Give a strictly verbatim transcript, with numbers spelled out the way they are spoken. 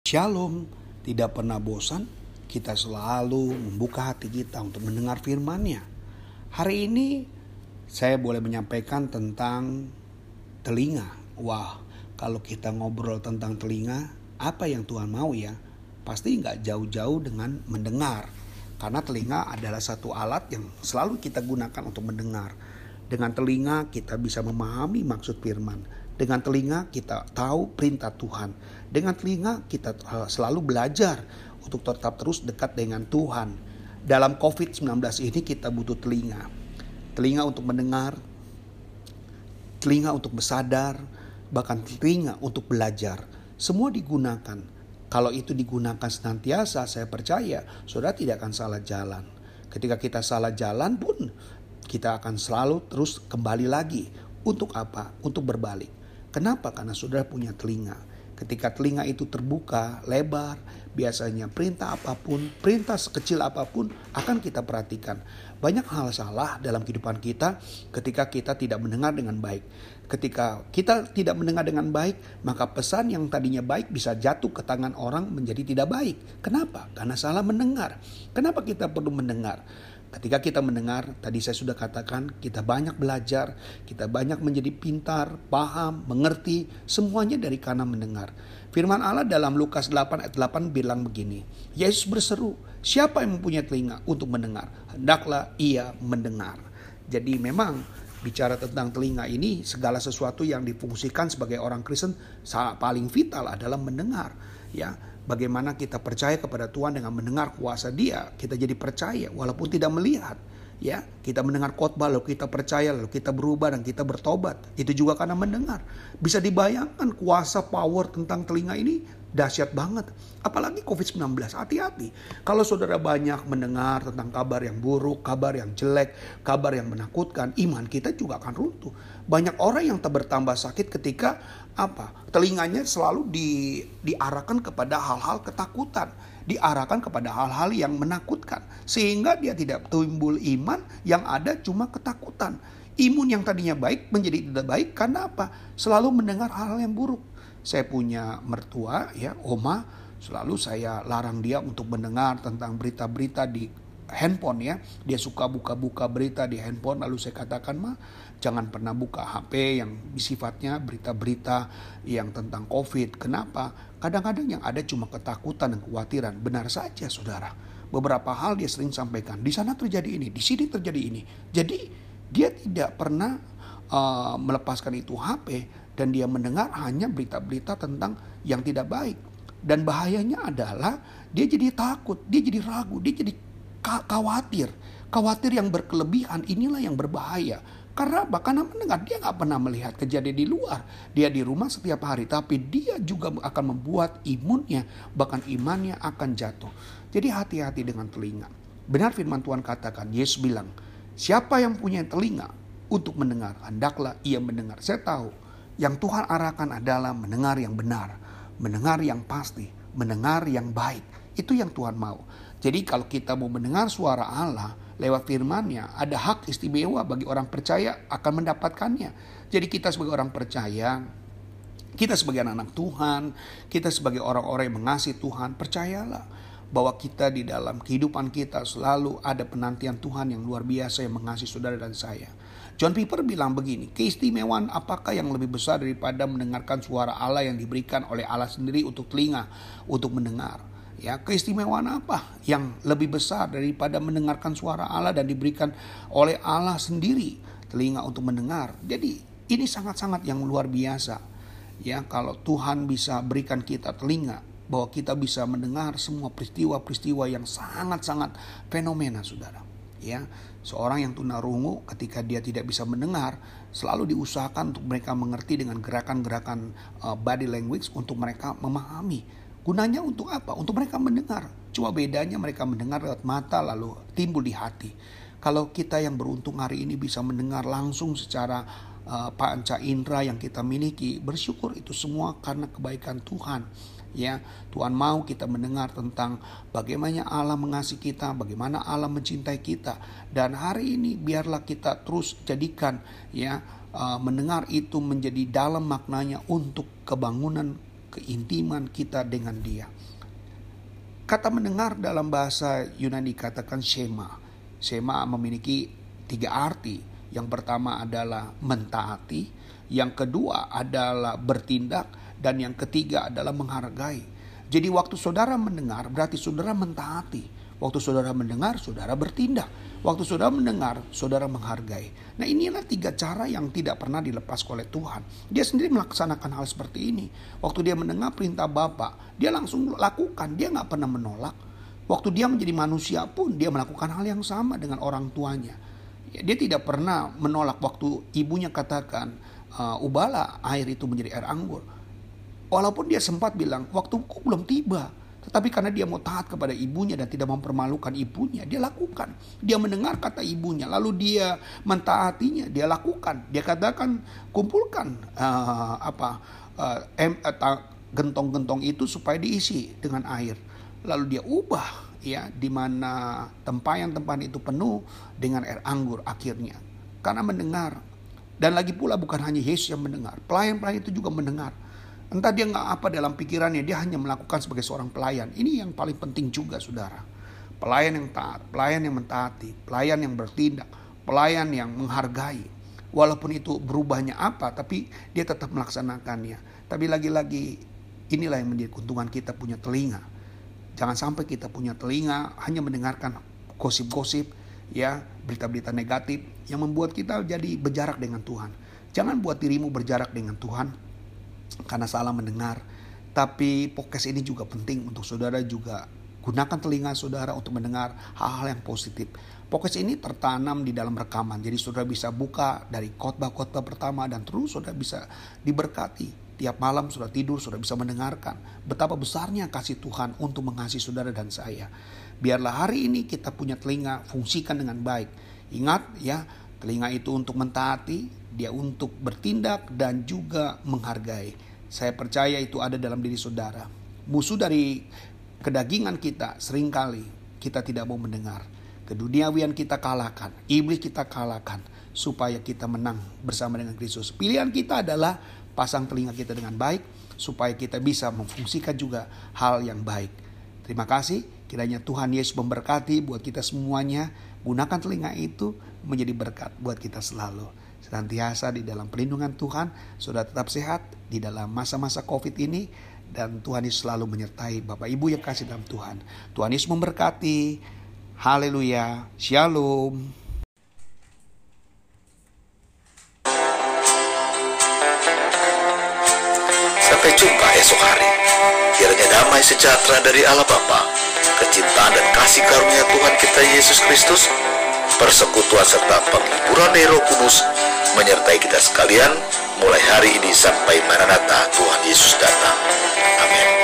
Shalom, tidak pernah bosan, kita selalu membuka hati kita untuk mendengar firman-Nya. Hari ini saya boleh menyampaikan tentang telinga. Wah, kalau kita ngobrol tentang telinga, apa yang Tuhan mau ya? Pasti nggak jauh-jauh dengan mendengar. Karena telinga adalah satu alat yang selalu kita gunakan untuk mendengar. Dengan telinga kita bisa memahami maksud firman. Dengan telinga kita tahu perintah Tuhan. Dengan telinga kita selalu belajar untuk tetap terus dekat dengan Tuhan. Dalam covid sembilan belas ini kita butuh telinga. Telinga untuk mendengar, telinga untuk bersadar, bahkan telinga untuk belajar. Semua digunakan. Kalau itu digunakan senantiasa, saya percaya saudara tidak akan salah jalan. Ketika kita salah jalan pun, kita akan selalu terus kembali lagi. Untuk apa? Untuk berbalik. Kenapa? Karena saudara punya telinga. Ketika telinga itu terbuka, lebar, biasanya perintah apapun, perintah sekecil apapun akan kita perhatikan. Banyak hal salah dalam kehidupan kita ketika kita tidak mendengar dengan baik. Ketika kita tidak mendengar dengan baik, maka pesan yang tadinya baik bisa jatuh ke tangan orang menjadi tidak baik. Kenapa? Karena salah mendengar. Kenapa kita perlu mendengar? Ketika kita mendengar, tadi saya sudah katakan, kita banyak belajar, kita banyak menjadi pintar, paham, mengerti, semuanya dari karena mendengar. Firman Allah dalam Lukas delapan ayat delapan bilang begini, Yesus berseru, siapa yang mempunyai telinga untuk mendengar? Hendaklah ia mendengar. Jadi memang bicara tentang telinga ini, segala sesuatu yang difungsikan sebagai orang Kristen paling vital adalah mendengar. Ya, bagaimana kita percaya kepada Tuhan dengan mendengar kuasa Dia, kita jadi percaya walaupun tidak melihat. Ya, kita mendengar khotbah lalu kita percaya, lalu kita berubah dan kita bertobat. Itu juga karena mendengar. Bisa dibayangkan kuasa power tentang telinga ini dahsyat banget. Apalagi covid sembilan belas, hati-hati. Kalau saudara banyak mendengar tentang kabar yang buruk, kabar yang jelek, kabar yang menakutkan, iman kita juga akan runtuh. Banyak orang yang bertambah sakit ketika apa? Telinganya selalu di, diarahkan kepada hal-hal ketakutan, diarahkan kepada hal-hal yang menakutkan, sehingga dia tidak timbul iman, yang ada cuma ketakutan. Imun yang tadinya baik menjadi tidak baik karena apa? Selalu mendengar hal-hal yang buruk. Saya punya mertua, ya, oma, selalu saya larang dia untuk mendengar tentang berita-berita di handphone, ya. Dia suka buka-buka berita di handphone, lalu saya katakan, "Ma, jangan pernah buka H P yang sifatnya berita-berita yang tentang Covid." Kenapa? Kadang-kadang yang ada cuma ketakutan dan kekhawatiran. Benar saja, saudara. Beberapa hal dia sering sampaikan. Di sana terjadi ini, di sini terjadi ini. Jadi dia tidak pernah uh, melepaskan itu H P. Dan dia mendengar hanya berita-berita tentang yang tidak baik. Dan bahayanya adalah dia jadi takut, dia jadi ragu, dia jadi khawatir. Khawatir yang berkelebihan inilah yang berbahaya. Karena bahkan mendengar, dia gak pernah melihat kejadian di luar. Dia di rumah setiap hari, tapi dia juga akan membuat imunnya, bahkan imannya akan jatuh. Jadi hati-hati dengan telinga. Benar firman Tuhan katakan, Yesus bilang, siapa yang punya telinga untuk mendengar, hendaklah ia mendengar. Saya tahu. Yang Tuhan arahkan adalah mendengar yang benar, mendengar yang pasti, mendengar yang baik. Itu yang Tuhan mau. Jadi kalau kita mau mendengar suara Allah lewat firman-Nya, ada hak istimewa bagi orang percaya akan mendapatkannya. Jadi kita sebagai orang percaya, kita sebagai anak-anak Tuhan, kita sebagai orang-orang yang mengasihi Tuhan, percayalah bahwa kita di dalam kehidupan kita selalu ada penantian Tuhan yang luar biasa yang mengasihi saudara dan saya. John Piper bilang begini, keistimewaan apakah yang lebih besar daripada mendengarkan suara Allah yang diberikan oleh Allah sendiri untuk telinga, untuk mendengar? Ya, keistimewaan apa yang lebih besar daripada mendengarkan suara Allah dan diberikan oleh Allah sendiri telinga untuk mendengar? Jadi ini sangat-sangat yang luar biasa. Ya, kalau Tuhan bisa berikan kita telinga, bahwa kita bisa mendengar semua peristiwa-peristiwa yang sangat-sangat fenomena, saudara. Ya, seorang yang tunarungu ketika dia tidak bisa mendengar, selalu diusahakan untuk mereka mengerti dengan gerakan-gerakan uh, body language untuk mereka memahami. Gunanya untuk apa? Untuk mereka mendengar. Cuma bedanya mereka mendengar lewat mata lalu timbul di hati. Kalau kita yang beruntung hari ini bisa mendengar langsung secara uh, panca indera yang kita miliki, bersyukur itu semua karena kebaikan Tuhan. Ya, Tuhan mau kita mendengar tentang bagaimana Allah mengasihi kita, bagaimana Allah mencintai kita. Dan hari ini biarlah kita terus jadikan ya uh, mendengar itu menjadi dalam maknanya untuk kebangunan keintiman kita dengan Dia. Kata mendengar dalam bahasa Yunani katakan shema. Shema memiliki tiga arti. Yang pertama adalah mentaati, yang kedua adalah bertindak, dan yang ketiga adalah menghargai. Jadi waktu saudara mendengar berarti saudara mentaati. Waktu saudara mendengar, saudara bertindak. Waktu saudara mendengar, saudara menghargai. Nah, inilah tiga cara yang tidak pernah dilepas oleh Tuhan. Dia sendiri melaksanakan hal seperti ini. Waktu dia mendengar perintah Bapa, dia langsung lakukan. Dia gak pernah menolak. Waktu dia menjadi manusia pun, dia melakukan hal yang sama dengan orang tuanya. Ya, dia tidak pernah menolak waktu ibunya katakan, uh, ubahlah air itu menjadi air anggur. Walaupun dia sempat bilang, waktuku belum tiba. Tetapi karena dia mau taat kepada ibunya dan tidak mempermalukan ibunya, dia lakukan. Dia mendengar kata ibunya, lalu dia mentaatinya, dia lakukan. Dia katakan, kumpulkan uh, apa uh, em, uh, gentong-gentong itu supaya diisi dengan air. Lalu dia ubah, ya, di mana tempayan-tempayan itu penuh dengan air anggur akhirnya. Karena mendengar. Dan lagi pula bukan hanya Yesus yang mendengar, pelayan-pelayan itu juga mendengar. Entah dia nggak apa dalam pikirannya, dia hanya melakukan sebagai seorang pelayan. Ini yang paling penting juga, saudara. Pelayan yang taat, pelayan yang mentaati, pelayan yang bertindak, pelayan yang menghargai. Walaupun itu berubahnya apa, tapi dia tetap melaksanakannya. Tapi lagi-lagi, inilah yang menjadi keuntungan kita punya telinga. Jangan sampai kita punya telinga hanya mendengarkan gosip-gosip, ya, berita-berita negatif yang membuat kita jadi berjarak dengan Tuhan. Jangan buat dirimu berjarak dengan Tuhan karena salah mendengar. Tapi podcast ini juga penting untuk saudara juga gunakan telinga saudara untuk mendengar hal-hal yang positif. Podcast ini tertanam di dalam rekaman, jadi saudara bisa buka dari khotbah-khotbah pertama dan terus saudara bisa diberkati. Tiap malam saudara tidur saudara bisa mendengarkan betapa besarnya kasih Tuhan untuk mengasihi saudara dan saya. Biarlah hari ini kita punya telinga, fungsikan dengan baik. Ingat ya, telinga itu untuk mentaati, dia untuk bertindak dan juga menghargai. Saya percaya itu ada dalam diri saudara. Musuh dari kedagingan kita seringkali kita tidak mau mendengar. Keduniawian kita kalahkan, iblis kita kalahkan supaya kita menang bersama dengan Kristus. Pilihan kita adalah pasang telinga kita dengan baik supaya kita bisa memfungsikan juga hal yang baik. Terima kasih, kiranya Tuhan Yesus memberkati buat kita semuanya. Gunakan telinga itu menjadi berkat buat kita selalu. Senantiasa di dalam perlindungan Tuhan, saudara tetap sehat di dalam masa-masa COVID ini. Dan Tuhan Yesus selalu menyertai Bapak Ibu yang kasih dalam Tuhan. Tuhan Yesus memberkati. Haleluya. Shalom. Sampai jumpa esok hari. Kiranya damai sejahtera dari Allah Bapa, kecintaan dan kasih karunia Tuhan kita Yesus Kristus, persekutuan serta penghiburan dari Roh Kudus menyertai kita sekalian mulai hari ini sampai Maranatha Tuhan Yesus datang. Amin.